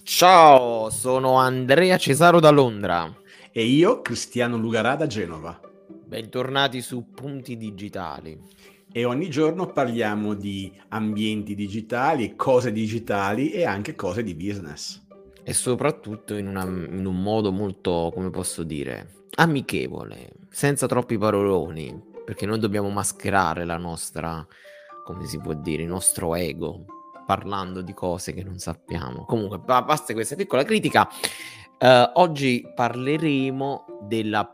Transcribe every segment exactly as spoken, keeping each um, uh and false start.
Ciao, sono Andrea Cesaro da Londra. E io, Cristiano Lugarà da Genova. Bentornati su Punti Digitali. E ogni giorno parliamo di ambienti digitali, cose digitali e anche cose di business. E soprattutto in, una, in un modo molto, come posso dire, amichevole, senza troppi paroloni, perché noi dobbiamo mascherare la nostra, come si può dire, il nostro ego, parlando di cose che non sappiamo. Comunque, basta questa piccola critica. Uh, oggi parleremo della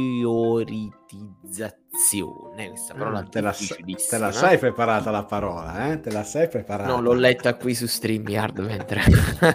prioritizzazione, questa parola Ah, te, la, te la sei preparata la parola, eh? Te la sei preparata? No, l'ho letta qui su StreamYard mentre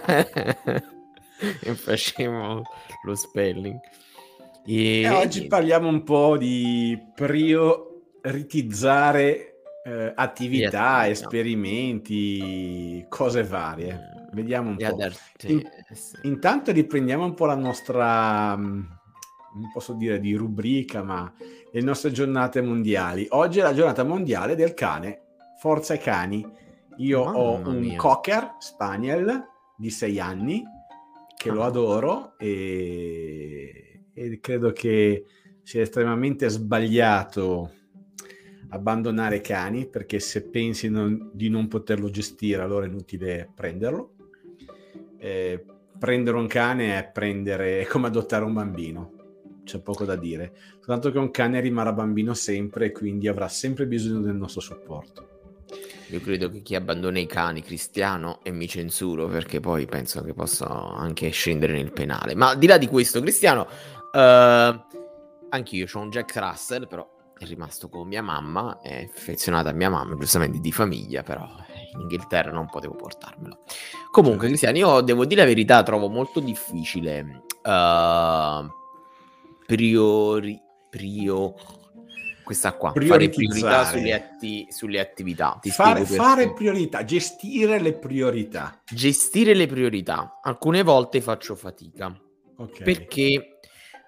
facevo lo spelling. E, e oggi niente. Parliamo un po' di prioritizzare eh, attività, attività, esperimenti, cose varie. Mm. Vediamo un po'. In, intanto riprendiamo un po' la nostra, non posso dire di rubrica, ma le nostre giornate mondiali. Oggi è la giornata mondiale del cane. Forza ai cani. Io Mamma ho un mia. Cocker Spaniel di sei anni che ah. lo adoro e, e credo che sia estremamente sbagliato abbandonare cani, perché se pensi non, di non poterlo gestire, allora è inutile prenderlo. Eh, prendere un cane è prendere è come adottare un bambino, c'è poco da dire, soltanto che un cane rimarrà bambino sempre e quindi avrà sempre bisogno del nostro supporto. Io credo che chi abbandona i cani, Cristiano, e mi censuro perché poi penso che possa anche scendere nel penale, ma al di là di questo, Cristiano, eh, anch'io ho un Jack Russell, però è rimasto con mia mamma, è affezionata a mia mamma, giustamente di famiglia, però in Inghilterra non potevo portarmelo. Comunque, Cristiano, io devo dire la verità, trovo molto difficile uh, priori prio questa qua, fare priorità sulle, atti- sulle attività. Ti fare fare priorità, gestire le priorità. Gestire le priorità. Alcune volte faccio fatica. Okay. Perché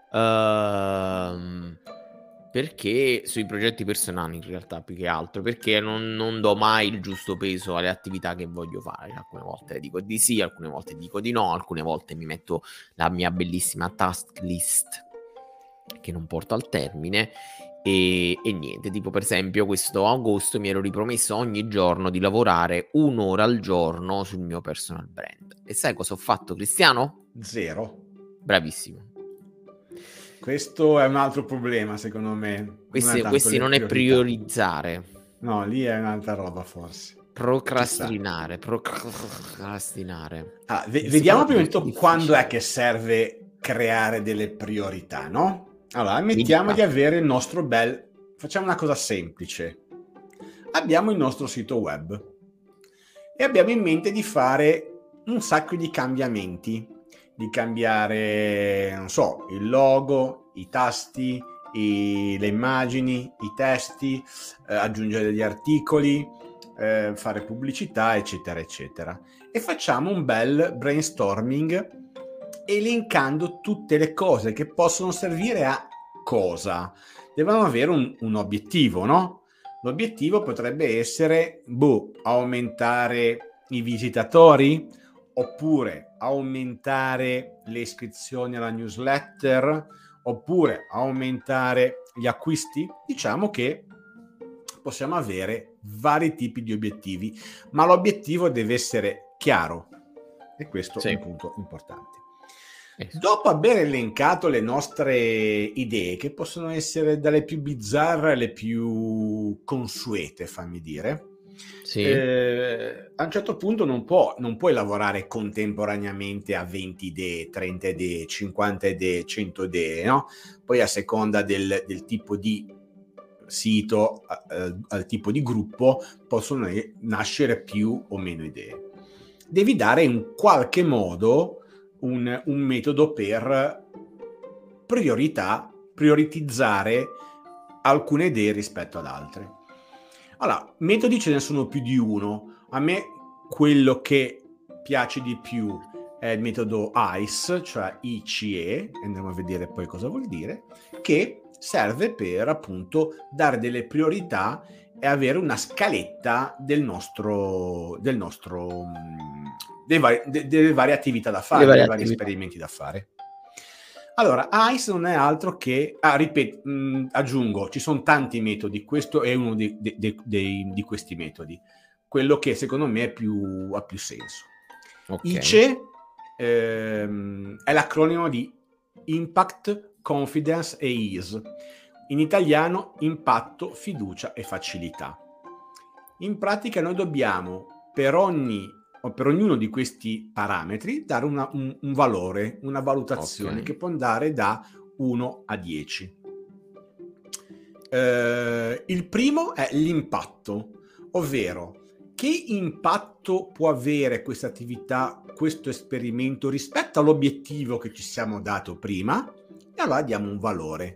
uh, perché sui progetti personali in realtà più che altro, perché non, non do mai il giusto peso alle attività che voglio fare. Alcune volte dico di sì, alcune volte dico di no, alcune volte mi metto la mia bellissima task list che non porto al termine e, e niente, tipo per esempio questo agosto mi ero ripromesso ogni giorno di lavorare un'ora al giorno sul mio personal brand. E sai cosa ho fatto, Cristiano? Zero. Bravissimo. Questo è un altro problema, secondo me. Questi non, questi non è priorizzare. No, lì è un'altra roba, forse. Procrastinare, procrastinare. Ah, v- vediamo prima di tutto quando è che serve creare delle priorità, no? Allora, mettiamo di avere il nostro bel... Facciamo una cosa semplice. Abbiamo il nostro sito web e abbiamo in mente di fare un sacco di cambiamenti, di cambiare, non so, il logo, i tasti, i, le immagini, i testi, eh, aggiungere degli articoli, eh, fare pubblicità, eccetera, eccetera. E facciamo un bel brainstorming elencando tutte le cose che possono servire a cosa. Devono avere un, un obiettivo, no? L'obiettivo potrebbe essere, boh, aumentare i visitatori, oppure aumentare le iscrizioni alla newsletter, oppure aumentare gli acquisti. Diciamo che possiamo avere vari tipi di obiettivi, ma l'obiettivo deve essere chiaro, e questo sì. È un punto importante. Dopo aver elencato le nostre idee, che possono essere dalle più bizzarre alle più consuete, fammi dire, sì. eh, a un certo punto non, può, non puoi lavorare contemporaneamente a venti idee, trenta idee, cinquanta idee, cento idee, no? Poi a seconda del, del tipo di sito, eh, al tipo di gruppo, possono nascere più o meno idee. Devi dare in qualche modo Un, un metodo per priorità, prioritizzare alcune idee rispetto ad altre. Allora, metodi ce ne sono più di uno. A me quello che piace di più è il metodo I C E, cioè I C E, andiamo a vedere poi cosa vuol dire, che serve per appunto dare delle priorità e avere una scaletta del nostro, del nostro dei vari, de, delle varie attività da fare, dei vari esperimenti da fare. Allora, I C E non è altro che, ah, ripeto, mh, aggiungo, ci sono tanti metodi, questo è uno di, di, di, di, di questi metodi, quello che secondo me è più, ha più senso. Okay. I C E ehm, è l'acronimo di Impact, Confidence e Ease. In italiano, impatto, fiducia e facilità. In pratica noi dobbiamo per ogni o per ognuno di questi parametri dare una, un, un valore, una valutazione, okay, che può andare da uno a dieci. Eh, il primo è l'impatto, ovvero che impatto può avere questa attività, questo esperimento rispetto all'obiettivo che ci siamo dato prima, e allora diamo un valore.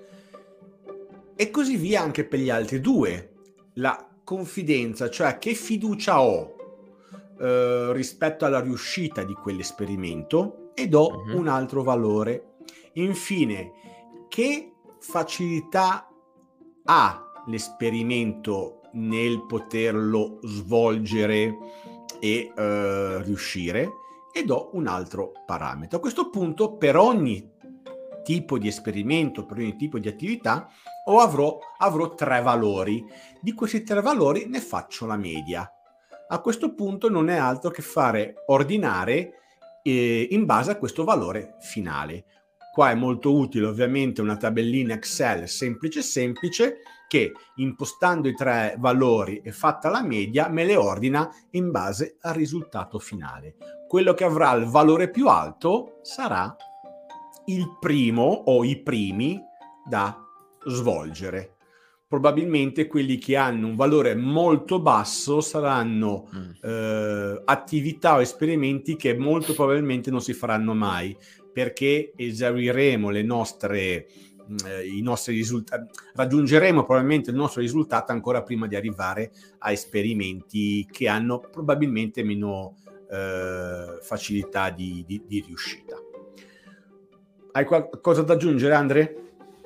E così via anche per gli altri due. La confidenza, cioè che fiducia ho Uh, rispetto alla riuscita di quell'esperimento, e do uh-huh. un altro valore. Infine, che facilità ha l'esperimento nel poterlo svolgere e uh, riuscire, e do un altro parametro. A questo punto, per ogni tipo di esperimento, per ogni tipo di attività, o avrò, avrò tre valori. Di questi tre valori ne faccio la media. A questo punto non è altro che fare ordinare eh, in base a questo valore finale. Qua è molto utile ovviamente una tabellina Excel semplice semplice che, impostando i tre valori e fatta la media, me le ordina in base al risultato finale. Quello che avrà il valore più alto sarà il primo o i primi da svolgere. Probabilmente quelli che hanno un valore molto basso saranno mm. eh, attività o esperimenti che molto probabilmente non si faranno mai, perché esauriremo le nostre, eh, i nostri risultati, raggiungeremo probabilmente il nostro risultato ancora prima di arrivare a esperimenti che hanno probabilmente meno eh, facilità di, di, di riuscita. Hai qualcosa da aggiungere, Andre?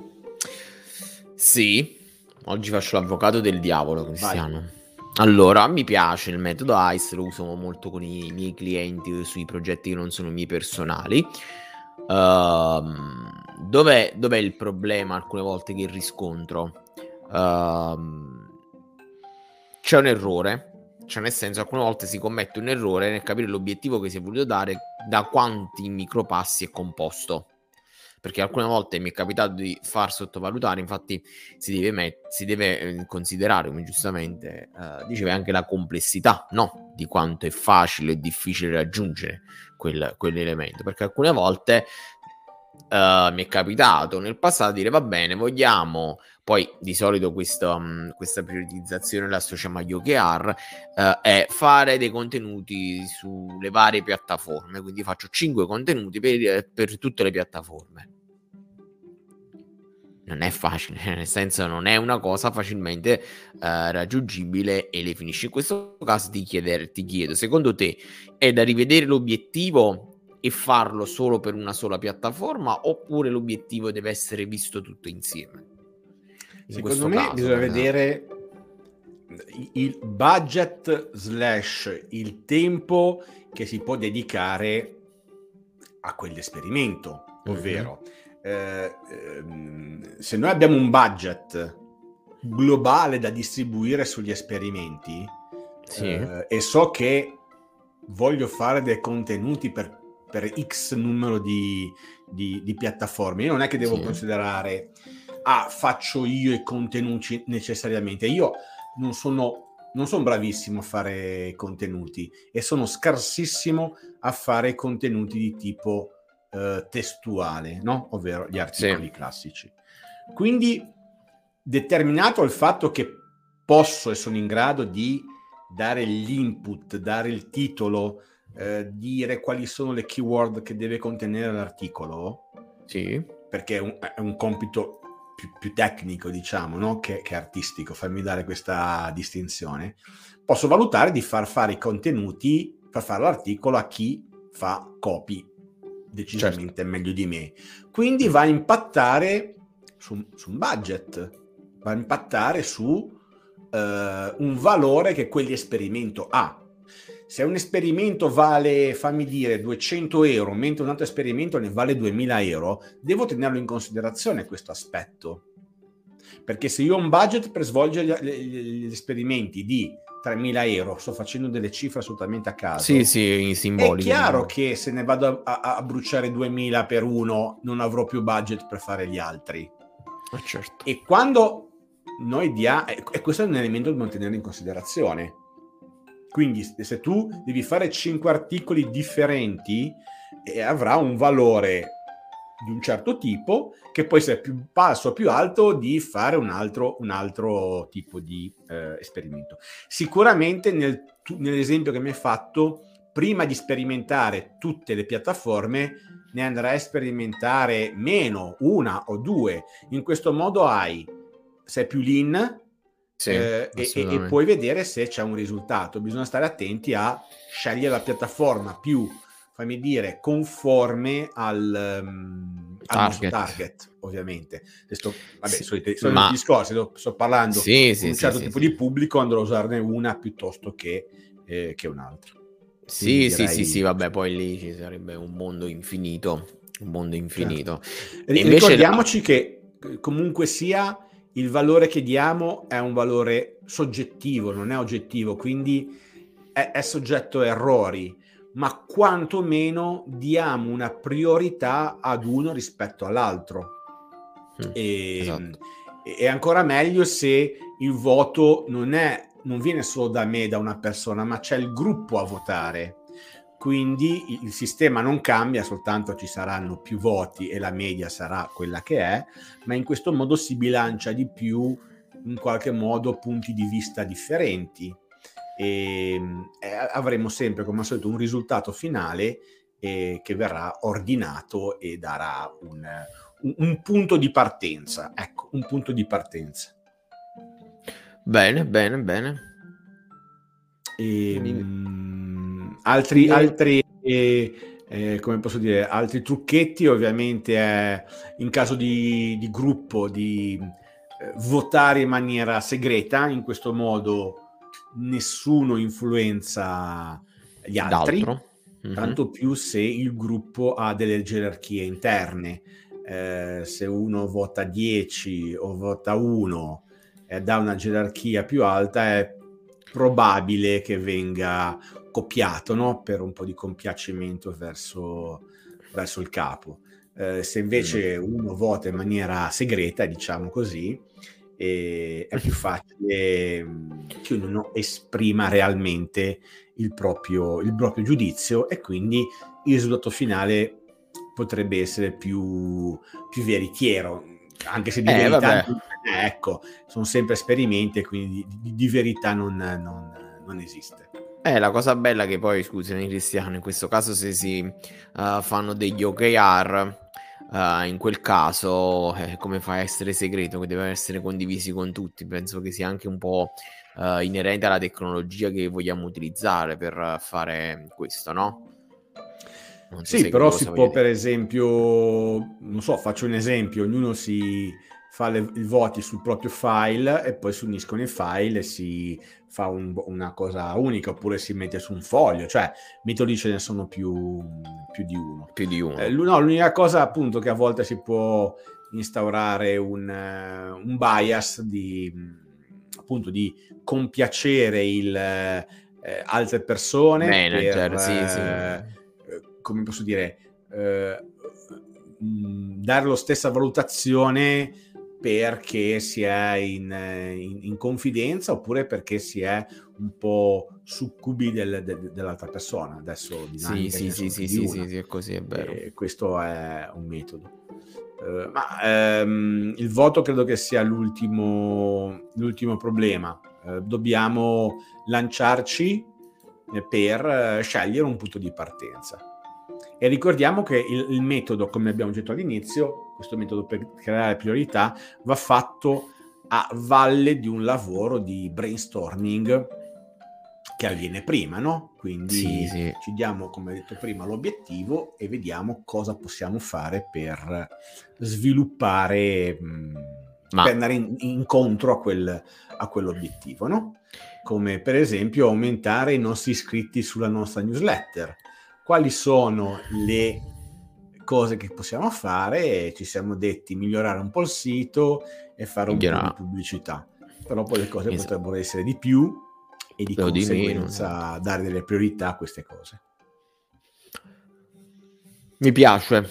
Sì. Oggi faccio l'avvocato del diavolo, Cristiano. Vai. Allora, mi piace il metodo I C E, lo uso molto con i miei clienti sui progetti che non sono miei personali. Uh, dov'è, dov'è il problema alcune volte che riscontro? Uh, c'è un errore, cioè nel senso alcune volte si commette un errore nel capire l'obiettivo che si è voluto dare, da quanti micropassi è composto. Perché alcune volte mi è capitato di far sottovalutare, infatti si deve, met- si deve considerare, come giustamente uh, diceva, anche la complessità, no? Di quanto è facile e difficile raggiungere quel, quell'elemento, perché alcune volte uh, mi è capitato nel passato di dire va bene, vogliamo, poi di solito questo, um, questa priorizzazione la associamo agli O K R, uh, è fare dei contenuti sulle varie piattaforme, quindi faccio cinque contenuti per, per tutte le piattaforme. Non è facile, nel senso non è una cosa facilmente uh, raggiungibile e le finisci. In questo caso ti, chiedere, ti chiedo, secondo te è da rivedere l'obiettivo e farlo solo per una sola piattaforma, oppure l'obiettivo deve essere visto tutto insieme? In secondo me caso, bisogna per... vedere il budget slash il tempo che si può dedicare a quell'esperimento, ovvero mm-hmm. Eh, ehm, se noi abbiamo un budget globale da distribuire sugli esperimenti, sì. eh, e so che voglio fare dei contenuti per, per X numero di, di, di piattaforme, io non è che devo sì. considerare ah, faccio io i contenuti necessariamente. Io non sono, non sono bravissimo a fare contenuti e sono scarsissimo a fare contenuti di tipo testuale, no? Ovvero gli articoli sì. classici. Quindi, determinato il fatto che posso e sono in grado di dare l'input, dare il titolo, eh, dire quali sono le keyword che deve contenere l'articolo, sì. perché è un, è un compito più, più tecnico, diciamo, no? che, che artistico, fammi dare questa distinzione, posso valutare di far fare i contenuti, far fare l'articolo a chi fa copy decisamente certo. meglio di me, quindi va a impattare su, su un budget, va a impattare su uh, un valore che quell'esperimento ha. Se un esperimento vale, fammi dire, duecento euro, mentre un altro esperimento ne vale duemila euro, devo tenerlo in considerazione questo aspetto. Perché se io ho un budget per svolgere gli, gli esperimenti di tremila euro, sto facendo delle cifre assolutamente a caso, sì, sì, simboliche, è chiaro diciamo. che se ne vado a, a, a bruciare duemila per uno, non avrò più budget per fare gli altri. Ah, certo. E quando noi diamo, e questo è un elemento da tenere in considerazione. Quindi se tu devi fare cinque articoli differenti, eh, avrà un valore di un certo tipo, che può essere più basso o più alto di fare un altro, un altro tipo di eh, esperimento. Sicuramente nel, tu, nell'esempio che mi hai fatto, prima di sperimentare tutte le piattaforme, ne andrai a sperimentare meno, una o due. In questo modo hai, sei più lean, sì, eh, e, e puoi vedere se c'è un risultato. Bisogna stare attenti a scegliere la piattaforma più, fammi dire, conforme al, um, al nostro target, ovviamente. Sto, vabbè, sì, sono i ma... discorsi, sto, sto parlando sì, con sì, un sì, certo sì, tipo sì. di pubblico, andrò a usarne una piuttosto che, eh, che un'altra. Sì, Quindi sì, direi... sì, sì, vabbè, poi lì ci sarebbe un mondo infinito, un mondo infinito. Certo. E invece ricordiamoci la... che comunque sia il valore che diamo è un valore soggettivo, non è oggettivo, quindi è, è soggetto a errori, ma quantomeno diamo una priorità ad uno rispetto all'altro. Mm, e, esatto. e ancora meglio se il voto non è, non viene solo da me, da una persona, ma c'è il gruppo a votare. Quindi il sistema non cambia, soltanto ci saranno più voti e la media sarà quella che è, ma in questo modo si bilancia di più, in qualche modo, punti di vista differenti e, e avremo sempre, come al solito, un risultato finale eh, che verrà ordinato e darà un, un, un punto di partenza. Ecco, un punto di partenza. Bene, bene, bene. E, mh, altri, altri eh, eh, come posso dire, altri trucchetti ovviamente è in caso di, di gruppo di eh, votare in maniera segreta, in questo modo nessuno influenza gli altri, mm-hmm. Tanto più se il gruppo ha delle gerarchie interne. Eh, se uno vota dieci o vota uno e dà una gerarchia più alta, è probabile che venga copiato, no? Per un po' di compiacimento verso, verso il capo. Eh, se invece mm. uno vota in maniera segreta, diciamo così, eh, è più facile che uno esprima realmente il proprio, il proprio giudizio e quindi il risultato finale potrebbe essere più, più veritiero, anche se di eh, verità non, eh, ecco, sono sempre esperimenti e quindi di, di, di verità non, non, non esiste. Eh, la cosa bella è che poi, scusami Cristiano, in questo caso se si uh, fanno degli O K R, uh, in quel caso eh, come fa a essere segreto, che deve essere condivisi con tutti, penso che sia anche un po' uh, inerente alla tecnologia che vogliamo utilizzare per fare questo, no? Non so sì, però si può, per esempio, non so, faccio un esempio, ognuno si fa le, i voti sul proprio file e poi si uniscono i file e si fa un, una cosa unica, oppure si mette su un foglio, cioè metodi ce ne sono più, più di uno. Più di uno. Eh, no, l'unica cosa appunto che a volte si può instaurare un, uh, un bias di, appunto, di compiacere il, eh, altre persone. Manager, per, sì, eh, sì. come posso dire, eh, dare la stessa valutazione perché si è in, in, in confidenza oppure perché si è un po' succubi del, de, dell'altra persona. Adesso sì, sì, sì, sì, sì, sì, sì, è così, è vero. E questo è un metodo. Uh, ma ehm, il voto credo che sia l'ultimo, l'ultimo problema. Uh, dobbiamo lanciarci per uh, scegliere un punto di partenza. E ricordiamo che il, il metodo, come abbiamo detto all'inizio, questo metodo per creare priorità va fatto a valle di un lavoro di brainstorming che avviene prima, no? Quindi sì, sì. ci diamo, come detto prima, l'obiettivo e vediamo cosa possiamo fare per sviluppare, mh, Ma... per andare in, incontro a, quel, a quell'obiettivo, no? come per esempio aumentare i nostri iscritti sulla nostra newsletter. Quali sono le cose che possiamo fare? Ci siamo detti migliorare un po' il sito e fare un Migliora. po' di pubblicità, però poi le cose esatto. potrebbero essere di più e di Lo conseguenza di meno, dare delle priorità a queste cose. Mi piace.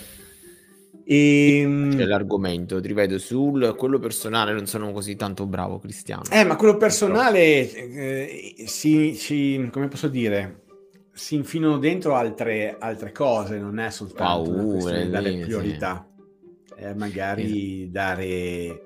E... C'è l'argomento, ti ripeto, sul quello personale non sono così tanto bravo, Cristiano. Eh, ma quello personale eh, si, si, come posso dire, si infilano dentro altre, altre cose, non è soltanto Paure, una questione di dare priorità, sì. eh, magari esatto. dare, eh,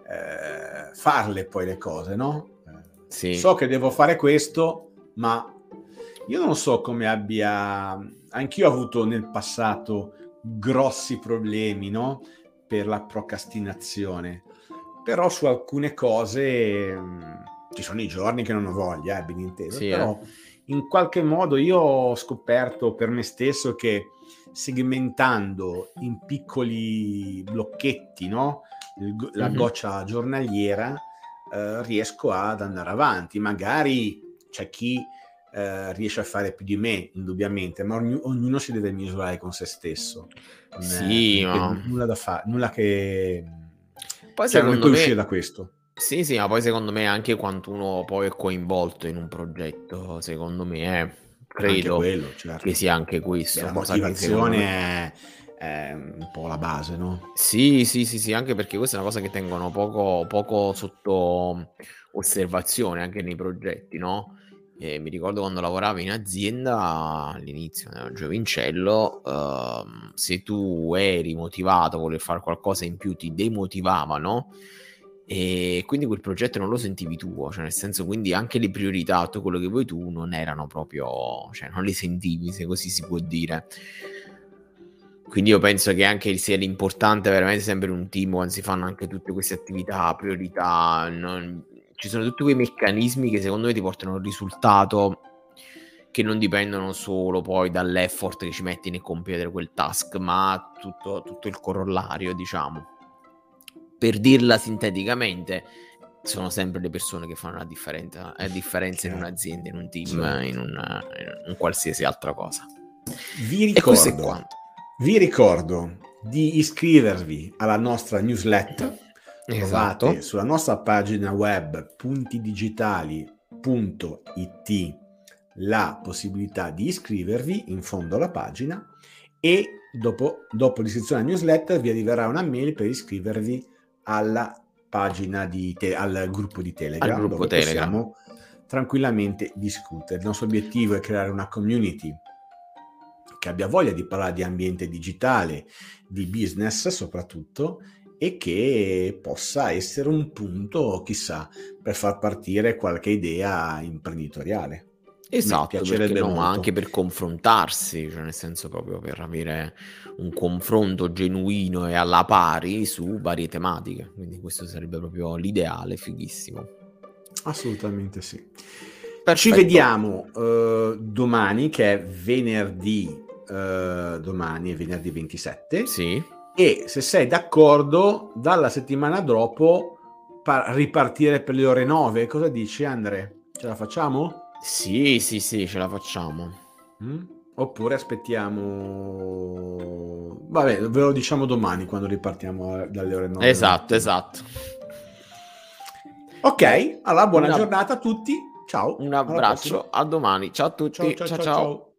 farle poi le cose, no? Sì. So che devo fare questo, ma io non so come abbia, anch'io ho avuto nel passato grossi problemi, no? Per la procrastinazione, però su alcune cose mh, ci sono i giorni che non ho voglia, eh, ben inteso, sì, però eh. in qualche modo io ho scoperto per me stesso che segmentando in piccoli blocchetti, no? Il, la mm-hmm. goccia giornaliera eh, riesco ad andare avanti. Magari c'è chi eh, riesce a fare più di me, indubbiamente, ma ogni, ognuno si deve misurare con se stesso. Non sì, è, ma... nulla da fare, nulla che poi cioè, non puoi me... uscire da questo. Sì, sì, ma poi secondo me anche quanto uno poi è coinvolto in un progetto, secondo me è, credo quello, certo. che sia anche questo. Beh, la motivazione me... è, è un po' la base, no? Sì, sì, sì, sì, anche perché questa è una cosa che tengono poco, poco sotto osservazione anche nei progetti, no? E mi ricordo quando lavoravo in azienda all'inizio, nel giovincello, uh, se tu eri motivato a voler fare qualcosa in più ti demotivavano e quindi quel progetto non lo sentivi tuo, cioè nel senso, quindi anche le priorità, tutto quello che vuoi tu non erano proprio, cioè non le sentivi, se così si può dire. Quindi io penso che anche sia l'importante veramente sempre in un team quando si fanno anche tutte queste attività, priorità, non... ci sono tutti quei meccanismi che secondo me ti portano a un risultato che non dipendono solo poi dall'effort che ci metti nel compiere quel task, ma tutto, tutto il corollario, diciamo. Per dirla sinteticamente, sono sempre le persone che fanno la differenza, la differenza in un'azienda, in un team, sì. in, una, in qualsiasi altra cosa. Vi ricordo, vi ricordo di iscrivervi alla nostra newsletter. Esatto. Trovate sulla nostra pagina web puntidigitali punto it la possibilità di iscrivervi in fondo alla pagina e dopo, dopo l'iscrizione alla newsletter vi arriverà una mail per iscrivervi alla pagina di te, al gruppo di Telegram, al gruppo dove Telegram. possiamo tranquillamente discutere. Il nostro obiettivo è creare una community che abbia voglia di parlare di ambiente digitale, di business soprattutto, e che possa essere un punto, chissà, per far partire qualche idea imprenditoriale. Esatto, perché no, ma anche per confrontarsi, cioè nel senso proprio per avere un confronto genuino e alla pari su varie tematiche, quindi questo sarebbe proprio l'ideale, fighissimo. Assolutamente sì. Perfetto. Ci vediamo uh, domani, che è venerdì, uh, domani è venerdì ventisette. Sì. E se sei d'accordo, dalla settimana dopo par- ripartire per le ore nove. Cosa dici, Andre? Ce la facciamo? Sì, sì, sì, ce la facciamo. Mm? Oppure aspettiamo... Vabbè, ve lo diciamo domani quando ripartiamo dalle ore nove. Esatto, esatto. Ok, allora buona Una... giornata a tutti. Ciao. Un abbraccio, a domani. Ciao a tutti. Ciao, ciao, ciao. ciao. ciao.